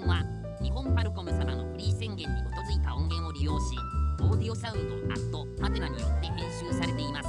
源は日本ファルコム様のフリー宣言に基づいた音源を利用し、オーディオサウンドハテナによって編集されています。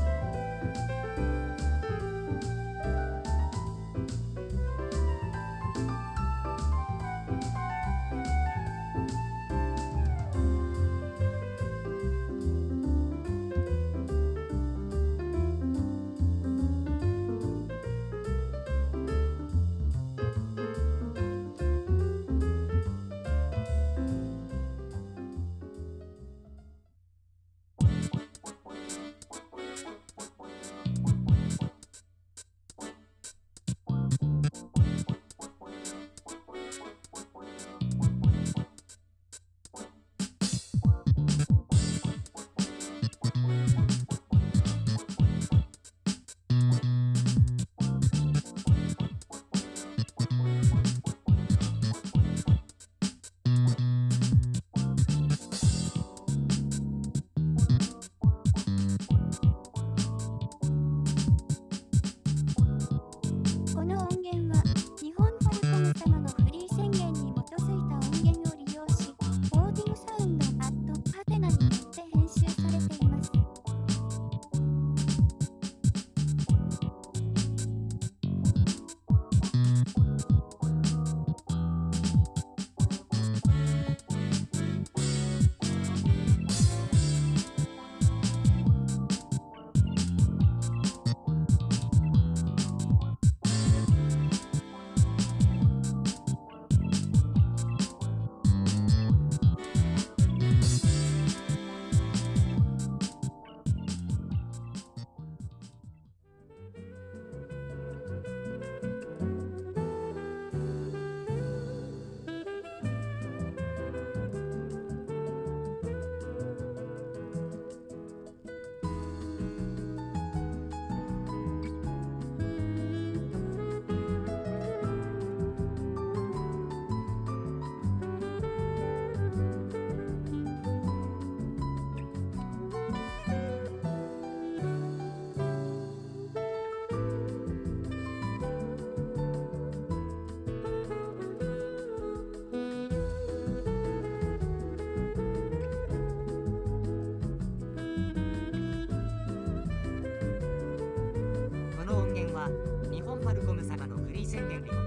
この音源は日本ファルコム様のフリー宣言に基づいた音源を利用し、オーディオサウンドハテナによって編集されています。 この音源は日本ファルコム様のフリー宣言で